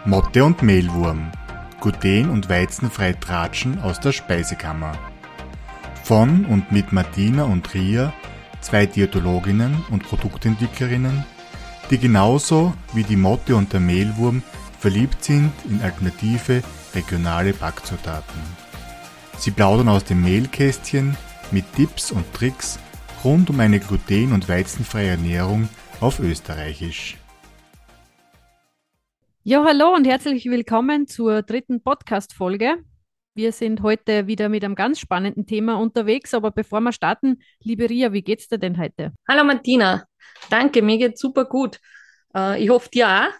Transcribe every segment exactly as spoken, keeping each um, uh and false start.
Motte und Mehlwurm. Gluten- und weizenfreie Tratschen aus der Speisekammer. Von und mit Martina und Ria, zwei Diätologinnen und Produktentwicklerinnen, die genauso wie die Motte und der Mehlwurm verliebt sind in alternative, regionale Backzutaten. Sie plaudern aus dem Mehlkästchen mit Tipps und Tricks rund um eine gluten- und weizenfreie Ernährung auf Österreichisch. Ja, hallo und herzlich willkommen zur dritten Podcast-Folge. Wir sind heute wieder mit einem ganz spannenden Thema unterwegs, aber bevor wir starten, liebe Ria, wie geht's dir denn heute? Hallo Martina, danke, mir geht's super gut. Äh, ich hoffe, dir auch.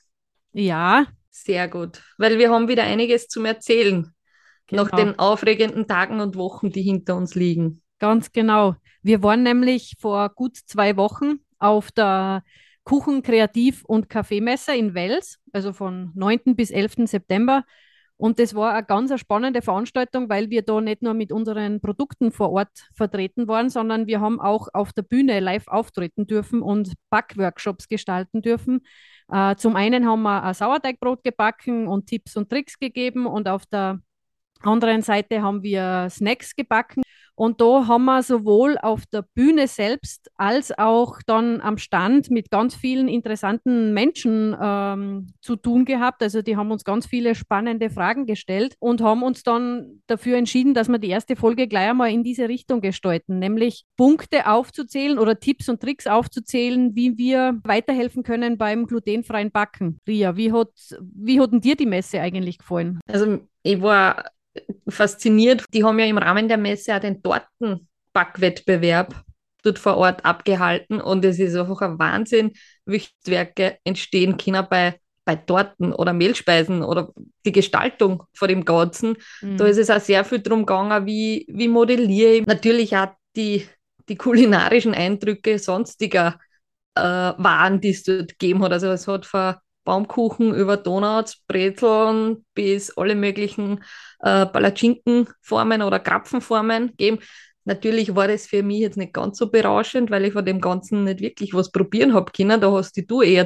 Ja, Sehr gut, weil wir haben wieder einiges zum Erzählen nach genau, den aufregenden Tagen und Wochen, die hinter uns liegen. ganz genau. Wir waren nämlich vor gut zwei Wochen auf der Kuchen-, Kreativ- und Kaffeemesse in Wels, also von neunten bis elften September. Und das war eine ganz eine spannende Veranstaltung, weil wir da nicht nur mit unseren Produkten vor Ort vertreten waren, sondern wir haben auch auf der Bühne live auftreten dürfen und Backworkshops gestalten dürfen. Äh, zum einen haben wir ein Sauerteigbrot gebacken und Tipps und Tricks gegeben und auf der anderen Seite haben wir Snacks gebacken. Und da haben wir sowohl auf der Bühne selbst als auch dann am Stand mit ganz vielen interessanten Menschen ähm, zu tun gehabt. Also die haben uns ganz viele spannende Fragen gestellt und haben uns dann dafür entschieden, dass wir die erste Folge gleich einmal in diese Richtung gestalten, nämlich Punkte aufzuzählen oder Tipps und Tricks aufzuzählen, wie wir weiterhelfen können beim glutenfreien Backen. Ria, wie hat, wie hat denn dir die Messe eigentlich gefallen? Also ich war fasziniert. Die haben ja im Rahmen der Messe auch den Tortenbackwettbewerb dort vor Ort abgehalten und es ist einfach ein Wahnsinn, wie Werke entstehen können bei, bei Torten oder Mehlspeisen oder die Gestaltung von dem Ganzen. Da Mhm. ist es auch sehr viel darum gegangen, wie, wie modelliere ich natürlich auch die, die kulinarischen Eindrücke sonstiger äh, Waren, die es dort gegeben hat. Also es hat von Baumkuchen über Donuts, Brezeln bis alle möglichen äh, Palatschinkenformen oder Krapfenformen gegeben. Natürlich war das für mich jetzt nicht ganz so berauschend, weil ich von dem Ganzen nicht wirklich was probieren habe können. Da hast du eher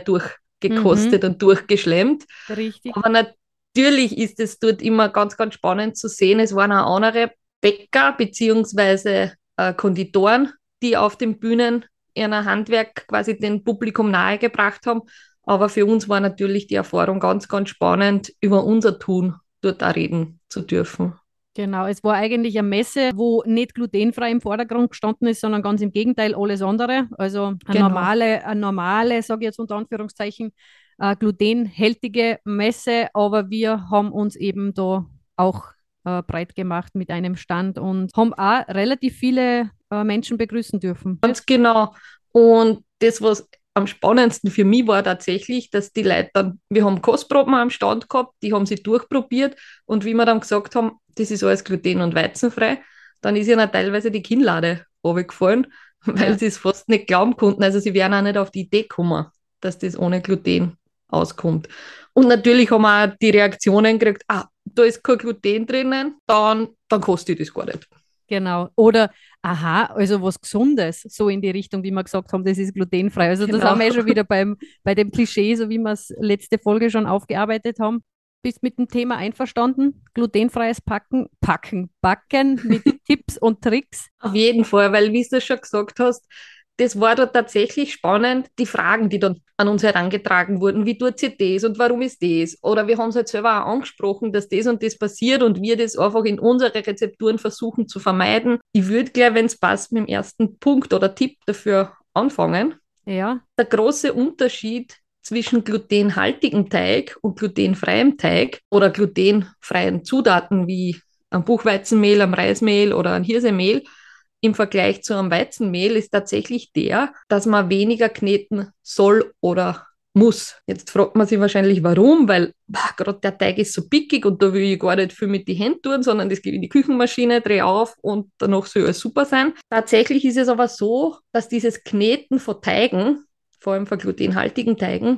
Mhm. durchgekostet und durchgeschlemmt. Richtig. Aber natürlich ist es dort immer ganz, ganz spannend zu sehen. Es waren auch andere Bäcker beziehungsweise äh, Konditoren, die auf den Bühnen ihr Handwerk quasi dem Publikum nahegebracht haben. Aber für uns war natürlich die Erfahrung ganz, ganz spannend, über unser Tun dort auch reden zu dürfen. Genau, es war eigentlich eine Messe, wo nicht glutenfrei im Vordergrund gestanden ist, sondern ganz im Gegenteil alles andere. Also eine Genau. normale, eine normale, sage ich jetzt unter Anführungszeichen, äh, glutenhältige Messe, aber wir haben uns eben da auch äh, breit gemacht mit einem Stand und haben auch relativ viele äh, Menschen begrüßen dürfen. Ganz genau. Und das, was am spannendsten für mich war tatsächlich, dass die Leute dann, wir haben Kostproben am Stand gehabt, die haben sie durchprobiert und wie wir dann gesagt haben, das ist alles gluten- und weizenfrei, dann ist ihnen teilweise die Kinnlade runtergefallen, weil Ja. sie es fast nicht glauben konnten. Also sie wären auch nicht auf die Idee gekommen, dass das ohne Gluten auskommt. Und natürlich haben wir auch die Reaktionen gekriegt, ah, da ist kein Gluten drinnen, dann, dann kostet ich das gar nicht. Genau. Oder, aha, also was Gesundes, so in die Richtung, wie wir gesagt haben, das ist glutenfrei. Also da sind Genau. wir eh schon wieder beim, bei dem Klischee, so wie wir es letzte Folge schon aufgearbeitet haben. Bist mit dem Thema einverstanden? Glutenfreies Packen, Packen, Backen mit Tipps und Tricks. Auf jeden Fall, weil, wie du schon gesagt hast, das war da tatsächlich spannend, die Fragen, die dann an uns herangetragen wurden. Wie tut sie das und warum ist das? Oder wir haben es halt selber auch angesprochen, dass das und das passiert und wir das einfach in unsere Rezepturen versuchen zu vermeiden. Ich würde gleich, wenn es passt, mit dem ersten Punkt oder Tipp dafür anfangen. Ja, Der große Unterschied zwischen glutenhaltigem Teig und glutenfreiem Teig oder glutenfreien Zutaten wie am Buchweizenmehl, am Reismehl oder am Hirsemehl im Vergleich zu einem Weizenmehl ist tatsächlich der, dass man weniger kneten soll oder muss. Jetzt fragt man sich wahrscheinlich, warum, weil gerade der Teig ist so pickig und da will ich gar nicht viel mit die Hände tun, sondern das gebe ich in die Küchenmaschine, drehe auf und danach soll alles super sein. Tatsächlich ist es aber so, dass dieses Kneten von Teigen, vor allem von glutenhaltigen Teigen,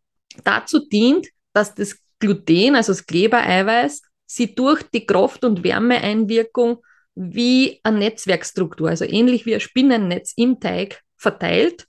dazu dient, dass das Gluten, also das Klebereiweiß, sie durch die Kraft- und Wärmeeinwirkung wie eine Netzwerkstruktur, also ähnlich wie ein Spinnennetz im Teig verteilt,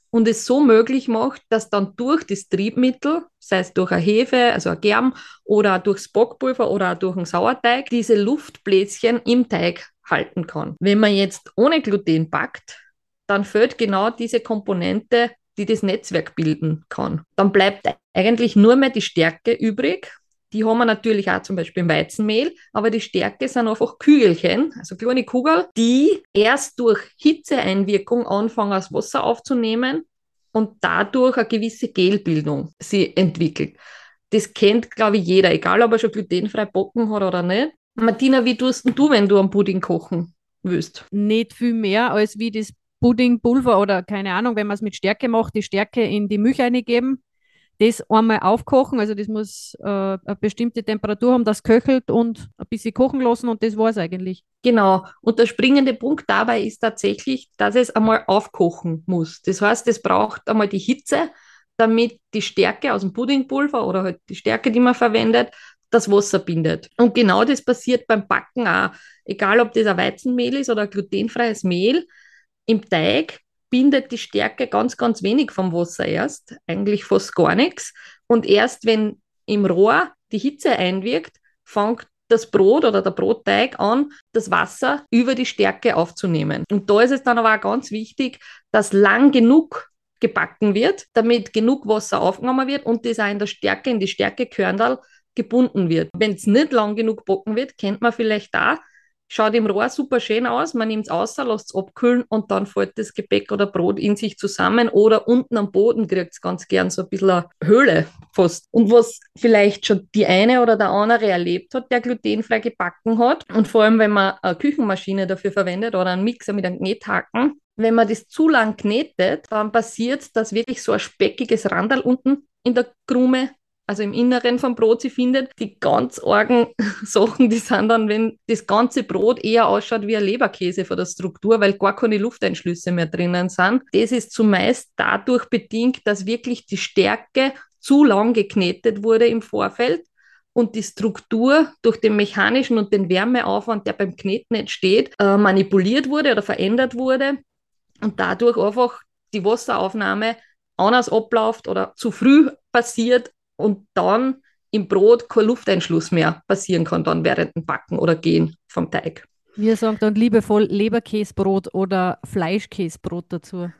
und es so möglich macht, dass dann durch das Triebmittel, sei es durch eine Hefe, also ein Germ, oder durchs Backpulver oder auch durch einen Sauerteig, diese Luftbläschen im Teig halten kann. Wenn man jetzt ohne Gluten backt, dann fehlt genau diese Komponente, die das Netzwerk bilden kann. Dann bleibt eigentlich nur mehr die Stärke übrig. Die haben wir natürlich auch zum Beispiel im Weizenmehl, aber die Stärke sind einfach Kügelchen, also kleine Kugeln, die erst durch Hitzeeinwirkung anfangen, das Wasser aufzunehmen und dadurch eine gewisse Gelbildung sie entwickelt. Das kennt, glaube ich, jeder, egal ob er schon glutenfrei backen hat oder nicht. Martina, wie tust denn du, wenn du einen Pudding kochen willst? Nicht viel mehr als wie das Puddingpulver oder keine Ahnung, wenn man es mit Stärke macht, die Stärke in die Milch reingeben, das einmal aufkochen, also das muss äh, eine bestimmte Temperatur haben, das köchelt und ein bisschen kochen lassen und das war es eigentlich. Genau. Und der springende Punkt dabei ist tatsächlich, dass es einmal aufkochen muss. Das heißt, es braucht einmal die Hitze, damit die Stärke aus dem Puddingpulver oder halt die Stärke, die man verwendet, das Wasser bindet. Und genau das passiert beim Backen auch. Egal, ob das ein Weizenmehl ist oder ein glutenfreies Mehl, im Teig bindet die Stärke ganz, ganz wenig vom Wasser erst, eigentlich fast gar nichts. Und erst wenn im Rohr die Hitze einwirkt, fängt das Brot oder der Brotteig an, das Wasser über die Stärke aufzunehmen. Und da ist es dann aber auch ganz wichtig, dass lang genug gebacken wird, damit genug Wasser aufgenommen wird und das auch in der Stärke, in die Stärkekörnerl gebunden wird. Wenn es nicht lang genug backen wird, kennt man vielleicht da, schaut im Rohr super schön aus, man nimmt es raus, lässt es abkühlen und dann fällt das Gebäck oder Brot in sich zusammen oder unten am Boden kriegt es ganz gern so ein bisschen eine Höhle fast. Und was vielleicht schon die eine oder der andere erlebt hat, der glutenfrei gebacken hat und vor allem, wenn man eine Küchenmaschine dafür verwendet oder einen Mixer mit einem Knethaken, wenn man das zu lang knetet, dann passiert, dass wirklich so ein speckiges Randal unten in der Krume, also im Inneren vom Brot, sie findet. Die ganz argen Sachen, die sind dann, wenn das ganze Brot eher ausschaut wie ein Leberkäse von der Struktur, weil gar keine Lufteinschlüsse mehr drinnen sind. Das ist zumeist dadurch bedingt, dass wirklich die Stärke zu lang geknetet wurde im Vorfeld und die Struktur durch den mechanischen und den Wärmeaufwand, der beim Kneten entsteht, äh, manipuliert wurde oder verändert wurde und dadurch einfach die Wasseraufnahme anders abläuft oder zu früh passiert und dann im Brot kein Lufteinschluss mehr passieren kann, dann während dem Backen oder Gehen vom Teig. Wir sagen dann liebevoll Leberkäsebrot oder Fleischkäsebrot dazu.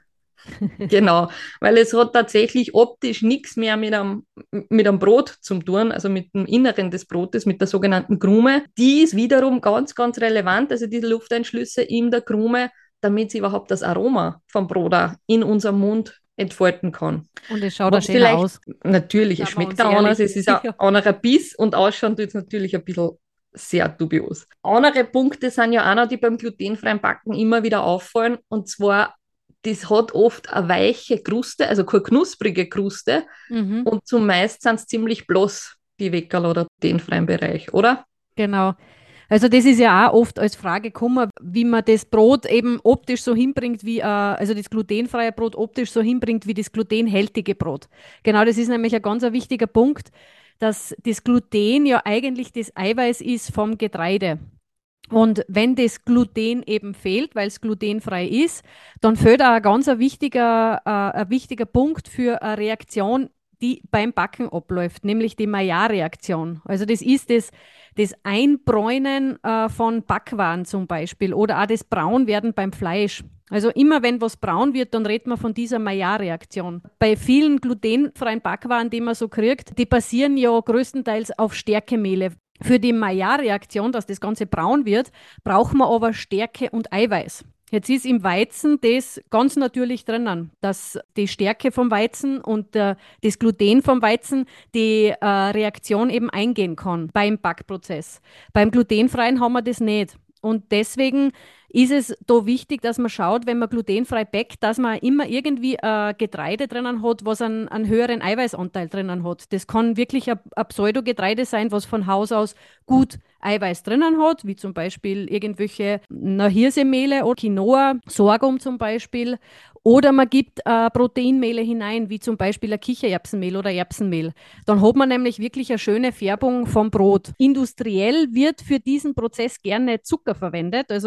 Genau, weil es hat tatsächlich optisch nichts mehr mit einem, mit einem Brot zu tun, also mit dem Inneren des Brotes, mit der sogenannten Krume. Die ist wiederum ganz, ganz relevant, also diese Lufteinschlüsse in der Krume, damit sie überhaupt das Aroma vom Brot auch in unserem Mund entfalten kann. Und es schaut auch schöner aus. Natürlich, es schmeckt auch anders, es ist ein anderer Biss und ausschauen tut es natürlich ein bisschen sehr dubios. Andere Punkte sind ja auch noch, die beim glutenfreien Backen immer wieder auffallen, und zwar, das hat oft eine weiche Kruste, also keine knusprige Kruste, mhm. und zumeist sind es ziemlich blass, die Weckerl oder den freien Bereich, oder? Genau. Also das ist ja auch oft als Frage gekommen, wie man das Brot eben optisch so hinbringt, wie, äh, also das glutenfreie Brot optisch so hinbringt, wie das glutenhältige Brot. Genau, das ist nämlich ein ganz ein wichtiger Punkt, dass das Gluten ja eigentlich das Eiweiß ist vom Getreide. Und wenn das Gluten eben fehlt, weil es glutenfrei ist, dann fehlt auch ein ganz ein wichtiger, äh, ein wichtiger Punkt für eine Reaktion, die beim Backen abläuft, nämlich die Maillard-Reaktion. Also das ist das, das Einbräunen äh, von Backwaren zum Beispiel oder auch das Braunwerden beim Fleisch. Also immer wenn was braun wird, dann redet man von dieser Maillard-Reaktion. Bei vielen glutenfreien Backwaren, die man so kriegt, die basieren ja größtenteils auf Stärkemehle. Für die Maillard-Reaktion, dass das Ganze braun wird, braucht man aber Stärke und Eiweiß. Jetzt ist im Weizen das ganz natürlich drinnen, dass die Stärke vom Weizen und äh, das Gluten vom Weizen die äh, Reaktion eben eingehen kann beim Backprozess. Beim glutenfreien haben wir das nicht. Und deswegen ist es da wichtig, dass man schaut, wenn man glutenfrei backt, dass man immer irgendwie äh, Getreide drinnen hat, was einen, einen höheren Eiweißanteil drinnen hat. Das kann wirklich ein, ein Pseudogetreide sein, was von Haus aus gut Eiweiß drinnen hat, wie zum Beispiel irgendwelche na, Hirsemehle oder Quinoa, Sorghum zum Beispiel. Oder man gibt äh, Proteinmehle hinein, wie zum Beispiel ein Kichererbsenmehl oder Erbsenmehl. Dann hat man nämlich wirklich eine schöne Färbung vom Brot. Industriell wird für diesen Prozess gerne Zucker verwendet. Also manche finden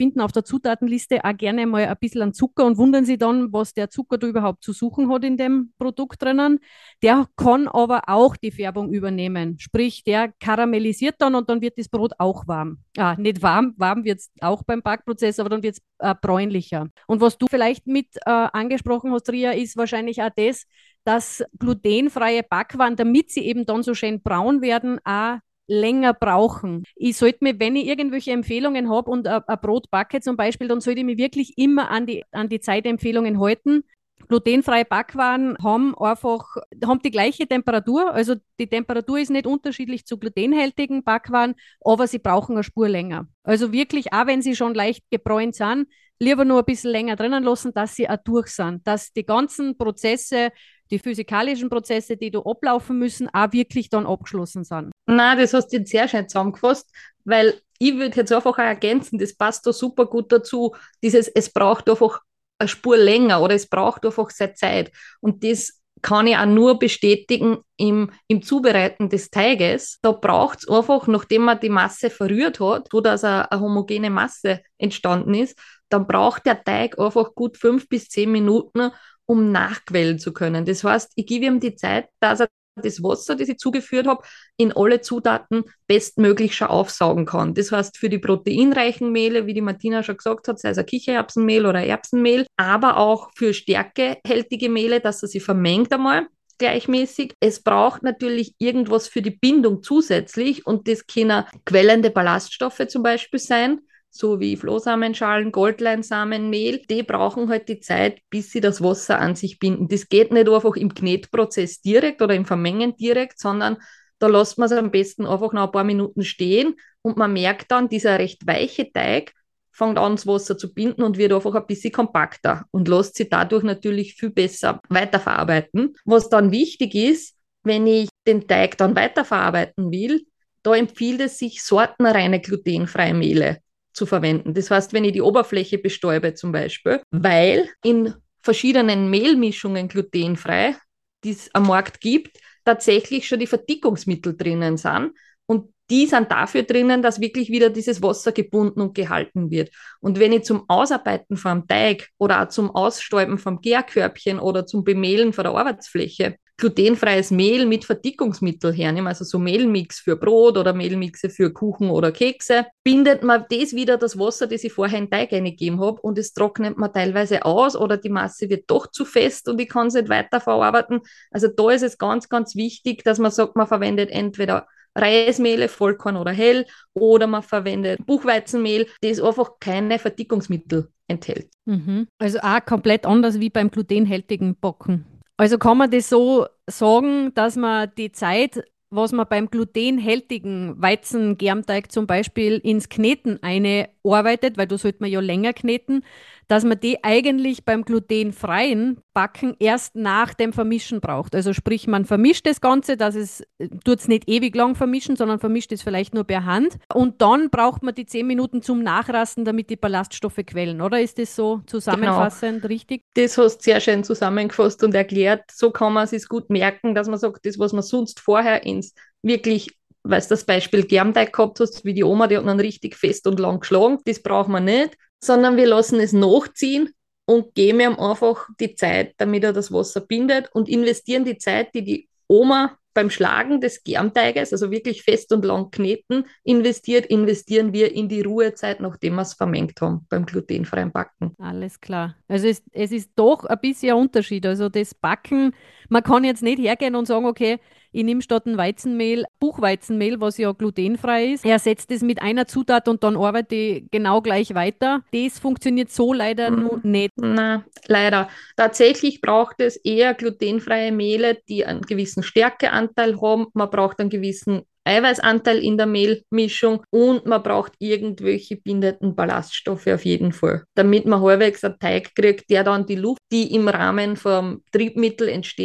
finden auf der Zutatenliste auch gerne mal ein bisschen an Zucker und wundern sich dann, was der Zucker da überhaupt zu suchen hat in dem Produkt drinnen. Der kann aber auch die Färbung übernehmen. Sprich, der karamellisiert dann und dann wird das Brot auch warm. Ah, nicht warm, warm wird es auch beim Backprozess, aber dann wird es äh, bräunlicher. Und was du vielleicht mit äh, angesprochen hast, Ria, ist wahrscheinlich auch das, dass glutenfreie Backwaren, damit sie eben dann so schön braun werden, auch länger brauchen. Ich sollte mir, wenn ich irgendwelche Empfehlungen habe und ein Brot backe zum Beispiel, dann sollte ich mich wirklich immer an die, an die Zeitempfehlungen halten. Glutenfreie Backwaren haben einfach haben die gleiche Temperatur, also die Temperatur ist nicht unterschiedlich zu glutenhaltigen Backwaren, aber sie brauchen eine Spur länger. Also wirklich, auch wenn sie schon leicht gebräunt sind, lieber nur ein bisschen länger drinnen lassen, dass sie auch durch sind, dass die ganzen Prozesse, die physikalischen Prozesse, die da ablaufen müssen, auch wirklich dann abgeschlossen sind. Na, das hast du jetzt sehr schön zusammengefasst, weil ich würde jetzt einfach auch ergänzen, das passt da super gut dazu, dieses, es braucht einfach eine Spur länger oder es braucht einfach seine Zeit. Und das kann ich auch nur bestätigen im, im Zubereiten des Teiges. Da braucht es einfach, nachdem man die Masse verrührt hat, so dass eine, eine homogene Masse entstanden ist, dann braucht der Teig einfach gut fünf bis zehn Minuten, um nachquellen zu können. Das heißt, ich gebe ihm die Zeit, dass er das Wasser, das ich zugeführt habe, in alle Zutaten bestmöglich schon aufsaugen kann. Das heißt, für die proteinreichen Mehle, wie die Martina schon gesagt hat, sei es ein Kichererbsenmehl oder Erbsenmehl, aber auch für stärkehältige Mehle, dass er sie vermengt einmal gleichmäßig. Es braucht natürlich irgendwas für die Bindung zusätzlich und das können quellende Ballaststoffe zum Beispiel sein, so wie Flohsamenschalen, Goldleinsamen, Mehl, die brauchen halt die Zeit, bis sie das Wasser an sich binden. Das geht nicht einfach im Knetprozess direkt oder im Vermengen direkt, sondern da lässt man es am besten einfach noch ein paar Minuten stehen und man merkt dann, dieser recht weiche Teig fängt an, das Wasser zu binden und wird einfach ein bisschen kompakter und lässt sich dadurch natürlich viel besser weiterverarbeiten. Was dann wichtig ist, wenn ich den Teig dann weiterverarbeiten will, da empfiehlt es sich, sortenreine glutenfreie Mehle zu verwenden. Das heißt, wenn ich die Oberfläche bestäube zum Beispiel, weil in verschiedenen Mehlmischungen glutenfrei, die es am Markt gibt, tatsächlich schon die Verdickungsmittel drinnen sind und die sind dafür drinnen, dass wirklich wieder dieses Wasser gebunden und gehalten wird. Und wenn ich zum Ausarbeiten vom Teig oder auch zum Ausstäuben vom Gärkörbchen oder zum Bemehlen von der Arbeitsfläche glutenfreies Mehl mit Verdickungsmittel hernehme, also so Mehlmix für Brot oder Mehlmixe für Kuchen oder Kekse, bindet man das wieder, das Wasser, das ich vorher in den Teig eingegeben habe, und es trocknet man teilweise aus oder die Masse wird doch zu fest und ich kann es nicht weiterverarbeiten. Also da ist es ganz, ganz wichtig, dass man sagt, man verwendet entweder Reismehle, Vollkorn oder Hell, oder man verwendet Buchweizenmehl, das einfach keine Verdickungsmittel enthält. Mhm. Also auch komplett anders wie beim glutenhaltigen Backen. Also kann man das so sagen, dass man die Zeit, was man beim glutenhaltigen Weizengermteig zum Beispiel ins Kneten einarbeitet, weil da sollte man ja länger kneten, dass man die eigentlich beim glutenfreien Backen erst nach dem Vermischen braucht. Also sprich, man vermischt das Ganze, dass es, tut es nicht ewig lang vermischen, sondern vermischt es vielleicht nur per Hand. Und dann braucht man die zehn Minuten zum Nachrasten, damit die Ballaststoffe quellen, oder? Ist das so zusammenfassend Genau. richtig? Das hast du sehr schön zusammengefasst und erklärt. So kann man es sich gut merken, dass man sagt, das, was man sonst vorher ins wirklich, weil du das Beispiel Germteig gehabt hast, wie die Oma, die hat dann richtig fest und lang geschlagen, das braucht man nicht, sondern wir lassen es nachziehen und geben ihm einfach die Zeit, damit er das Wasser bindet, und investieren die Zeit, die die Oma beim Schlagen des Germteiges, also wirklich fest und lang kneten, investiert, investieren wir in die Ruhezeit, nachdem wir es vermengt haben beim glutenfreien Backen. Alles klar. Also es, es ist doch ein bisschen ein Unterschied. Also das Backen, man kann jetzt nicht hergehen und sagen, okay, ich nehme statt ein Weizenmehl Buchweizenmehl, was ja glutenfrei ist, ersetze das mit einer Zutat und dann arbeite ich genau gleich weiter. Das funktioniert so leider Mhm. nur nicht. Na, leider. Tatsächlich braucht es eher glutenfreie Mehle, die einen gewissen Stärkeanteil haben. Man braucht einen gewissen Eiweißanteil in der Mehlmischung und man braucht irgendwelche bindenden Ballaststoffe auf jeden Fall, damit man halbwegs einen Teig kriegt, der dann die Luft, die im Rahmen vom Triebmittel entsteht,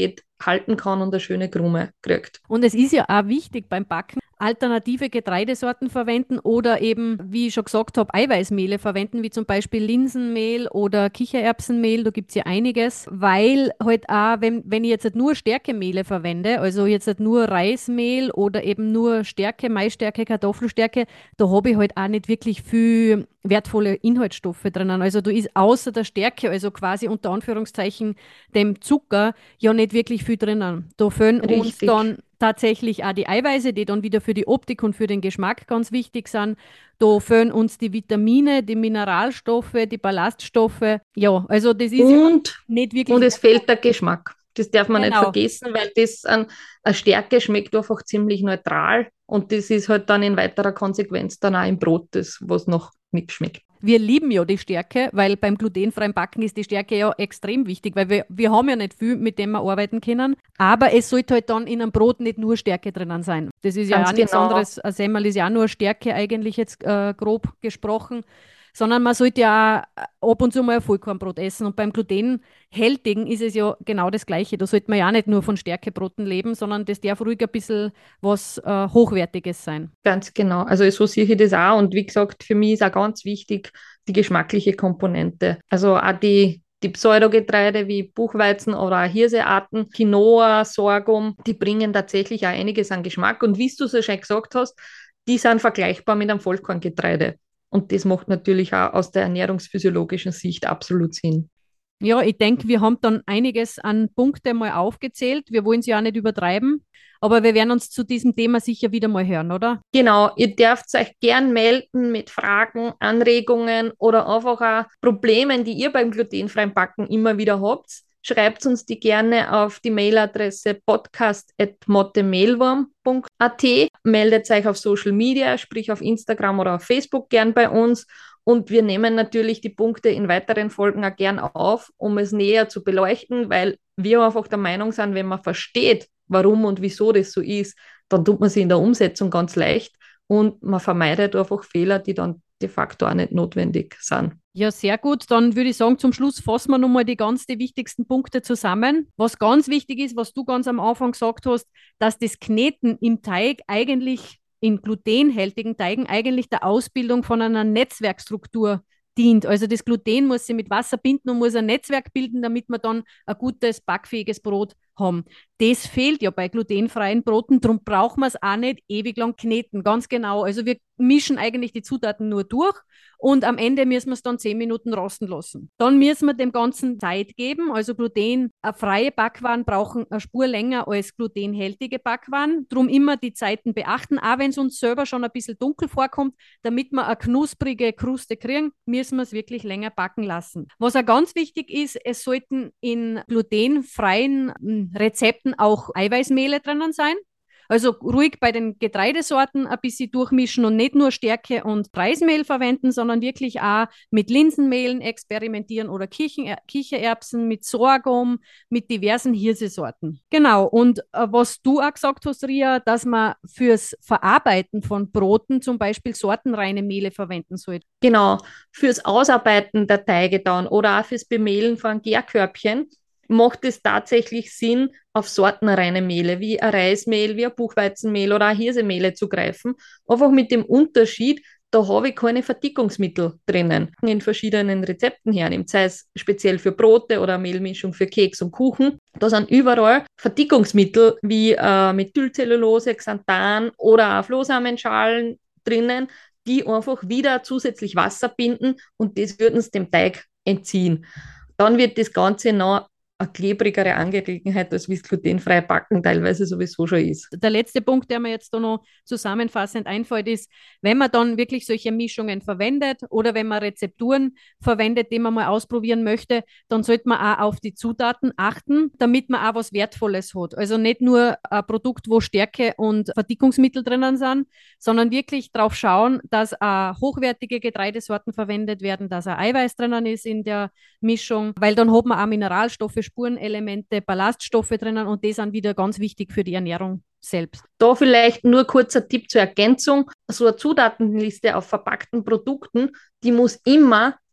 halten kann und eine schöne Krume kriegt. Und es ist ja auch wichtig beim Backen, alternative Getreidesorten verwenden oder eben, wie ich schon gesagt habe, Eiweißmehle verwenden, wie zum Beispiel Linsenmehl oder Kichererbsenmehl, da gibt es ja einiges, weil halt auch, wenn, wenn ich jetzt halt nur Stärkemehle verwende, also jetzt halt nur Reismehl oder eben nur Stärke, Maisstärke, Kartoffelstärke, da habe ich halt auch nicht wirklich viel wertvolle Inhaltsstoffe drinnen. Also da ist außer der Stärke, also quasi unter Anführungszeichen dem Zucker, ja nicht wirklich viel drinnen. Da fehlen uns Richtig. dann tatsächlich auch die Eiweiße, die dann wieder für die Optik und für den Geschmack ganz wichtig sind. Da fehlen uns die Vitamine, die Mineralstoffe, die Ballaststoffe. Ja, also das ist ja Und, nicht wirklich. und es fehlt der Geschmack. Das darf man nicht Genau. vergessen, weil das an eine Stärke schmeckt einfach ziemlich neutral und das ist halt dann in weiterer Konsequenz dann auch im Brot das, was noch nicht schmeckt. Wir lieben ja die Stärke, weil beim glutenfreien Backen ist die Stärke ja extrem wichtig, weil wir, wir haben ja nicht viel, mit dem wir arbeiten können. Aber es sollte halt dann in einem Brot nicht nur Stärke drinnen sein. Das ist ja Ganz auch nichts genau. anderes. Ein Semmel ist ja auch nur Stärke eigentlich jetzt äh, grob gesprochen. Sondern man sollte ja auch ab und zu mal ein Vollkornbrot essen. Und beim Glutenhältigen ist es ja genau das Gleiche. Da sollte man ja auch nicht nur von Stärkebroten leben, sondern das darf ruhig ein bisschen was äh, Hochwertiges sein. Ganz genau. Also so sehe ich das auch. Und wie gesagt, für mich ist auch ganz wichtig die geschmackliche Komponente. Also auch die, die Pseudogetreide wie Buchweizen oder auch Hirsearten, Quinoa, Sorghum, die bringen tatsächlich auch einiges an Geschmack. Und wie du so schön gesagt hast, die sind vergleichbar mit einem Vollkorngetreide. Und das macht natürlich auch aus der ernährungsphysiologischen Sicht absolut Sinn. Ja, ich denke, wir haben dann einiges an Punkte mal aufgezählt. Wir wollen es ja auch nicht übertreiben, aber wir werden uns zu diesem Thema sicher wieder mal hören, oder? Genau, ihr dürft euch gern melden mit Fragen, Anregungen oder einfach auch Problemen, die ihr beim glutenfreien Backen immer wieder habt. Schreibt uns die gerne auf die Mailadresse podcast at mottemehlwurm punkt a t. Meldet euch auf Social Media, sprich auf Instagram oder auf Facebook gern bei uns. Und wir nehmen natürlich die Punkte in weiteren Folgen auch gern auf, um es näher zu beleuchten, weil wir einfach der Meinung sind, wenn man versteht, warum und wieso das so ist, dann tut man sie in der Umsetzung ganz leicht und man vermeidet einfach Fehler, die dann de facto auch nicht notwendig sind. Ja, sehr gut. Dann würde ich sagen, zum Schluss fassen wir nochmal die ganz die wichtigsten Punkte zusammen. Was ganz wichtig ist, was du ganz am Anfang gesagt hast, dass das Kneten im Teig eigentlich, in glutenhältigen Teigen, eigentlich der Ausbildung von einer Netzwerkstruktur dient. Also das Gluten muss sich mit Wasser binden und muss ein Netzwerk bilden, damit wir dann ein gutes, backfähiges Brot haben. Das fehlt ja bei glutenfreien Broten, darum brauchen wir es auch nicht ewig lang kneten, ganz genau. Also wir mischen eigentlich die Zutaten nur durch und am Ende müssen wir es dann zehn Minuten rosten lassen. Dann müssen wir dem Ganzen Zeit geben, also glutenfreie Backwaren brauchen eine Spur länger als glutenhältige Backwaren, darum immer die Zeiten beachten, auch wenn es uns selber schon ein bisschen dunkel vorkommt, damit wir eine knusprige Kruste kriegen, müssen wir es wirklich länger backen lassen. Was auch ganz wichtig ist, es sollten in glutenfreien Rezepten auch Eiweißmehle drinnen sein. Also ruhig bei den Getreidesorten ein bisschen durchmischen und nicht nur Stärke und Reismehl verwenden, sondern wirklich auch mit Linsenmehlen experimentieren oder Kichen, Kichererbsen, mit Sorghum, mit diversen Hirsesorten. Genau, und äh, was du auch gesagt hast, Ria, dass man fürs Verarbeiten von Broten zum Beispiel sortenreine Mehle verwenden sollte. Genau, fürs Ausarbeiten der Teige dann oder auch fürs Bemehlen von Gärkörbchen macht es tatsächlich Sinn, auf sortenreine Mehle wie ein Reismehl, wie ein Buchweizenmehl oder ein Hirsemehle zu greifen. Einfach mit dem Unterschied, da habe ich keine Verdickungsmittel drinnen. In verschiedenen Rezepten hernimmt, sei es speziell für Brote oder Mehlmischung für Keks und Kuchen. Da sind überall Verdickungsmittel wie äh, Methylcellulose, Xanthan oder auch Flohsamenschalen drinnen, die einfach wieder zusätzlich Wasser binden und das würden es dem Teig entziehen. Dann wird das Ganze noch eine klebrigere Angelegenheit, als wie es glutenfreie Backen teilweise sowieso schon ist. Der letzte Punkt, der mir jetzt da noch zusammenfassend einfällt, ist, wenn man dann wirklich solche Mischungen verwendet oder wenn man Rezepturen verwendet, die man mal ausprobieren möchte, dann sollte man auch auf die Zutaten achten, damit man auch was Wertvolles hat. Also nicht nur ein Produkt, wo Stärke und Verdickungsmittel drinnen sind, sondern wirklich darauf schauen, dass auch hochwertige Getreidesorten verwendet werden, dass auch Eiweiß drinnen ist in der Mischung, weil dann hat man auch Mineralstoffe, Spurenelemente, Ballaststoffe drinnen und die sind wieder ganz wichtig für die Ernährung selbst. Da vielleicht nur kurzer Tipp zur Ergänzung. So eine Zutatenliste auf verpackten Produkten, die muss immer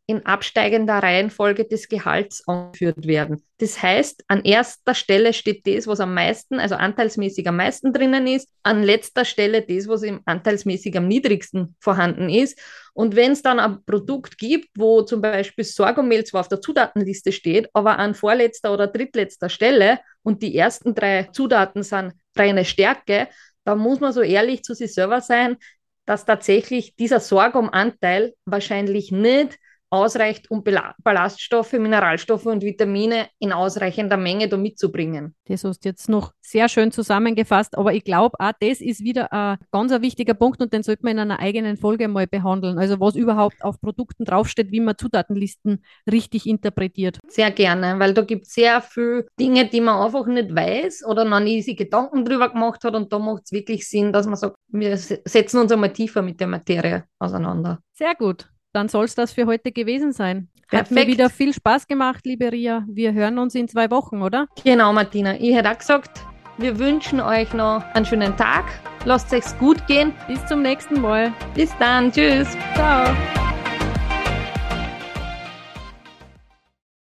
in absteigender Reihenfolge des Gehalts angeführt werden. Das heißt, an erster Stelle steht das, was am meisten, also anteilsmäßig am meisten drinnen ist, an letzter Stelle das, was im anteilsmäßig am niedrigsten vorhanden ist. Und wenn es dann ein Produkt gibt, wo zum Beispiel Sorghummehl zwar auf der Zutatenliste steht, aber an vorletzter oder drittletzter Stelle und die ersten drei Zutaten sind reine Stärke, dann muss man so ehrlich zu sich selber sein, dass tatsächlich dieser Sorghumanteil wahrscheinlich nicht ausreicht, um Ballaststoffe, Mineralstoffe und Vitamine in ausreichender Menge da mitzubringen. Das hast du jetzt noch sehr schön zusammengefasst, aber ich glaube, auch das ist wieder ein ganz ein wichtiger Punkt und den sollte man in einer eigenen Folge mal behandeln. Also was überhaupt auf Produkten draufsteht, wie man Zutatenlisten richtig interpretiert. Sehr gerne, weil da gibt es sehr viele Dinge, die man einfach nicht weiß oder noch nie sich Gedanken drüber gemacht hat und da macht es wirklich Sinn, dass man sagt, wir setzen uns einmal tiefer mit der Materie auseinander. Sehr gut. Dann soll es das für heute gewesen sein. Perfekt. Hat mir wieder viel Spaß gemacht, liebe Ria. Wir hören uns in zwei Wochen, oder? Genau, Martina. Ich hätte auch gesagt, wir wünschen euch noch einen schönen Tag. Lasst es euch gut gehen. Bis zum nächsten Mal. Bis dann. Tschüss. Ciao.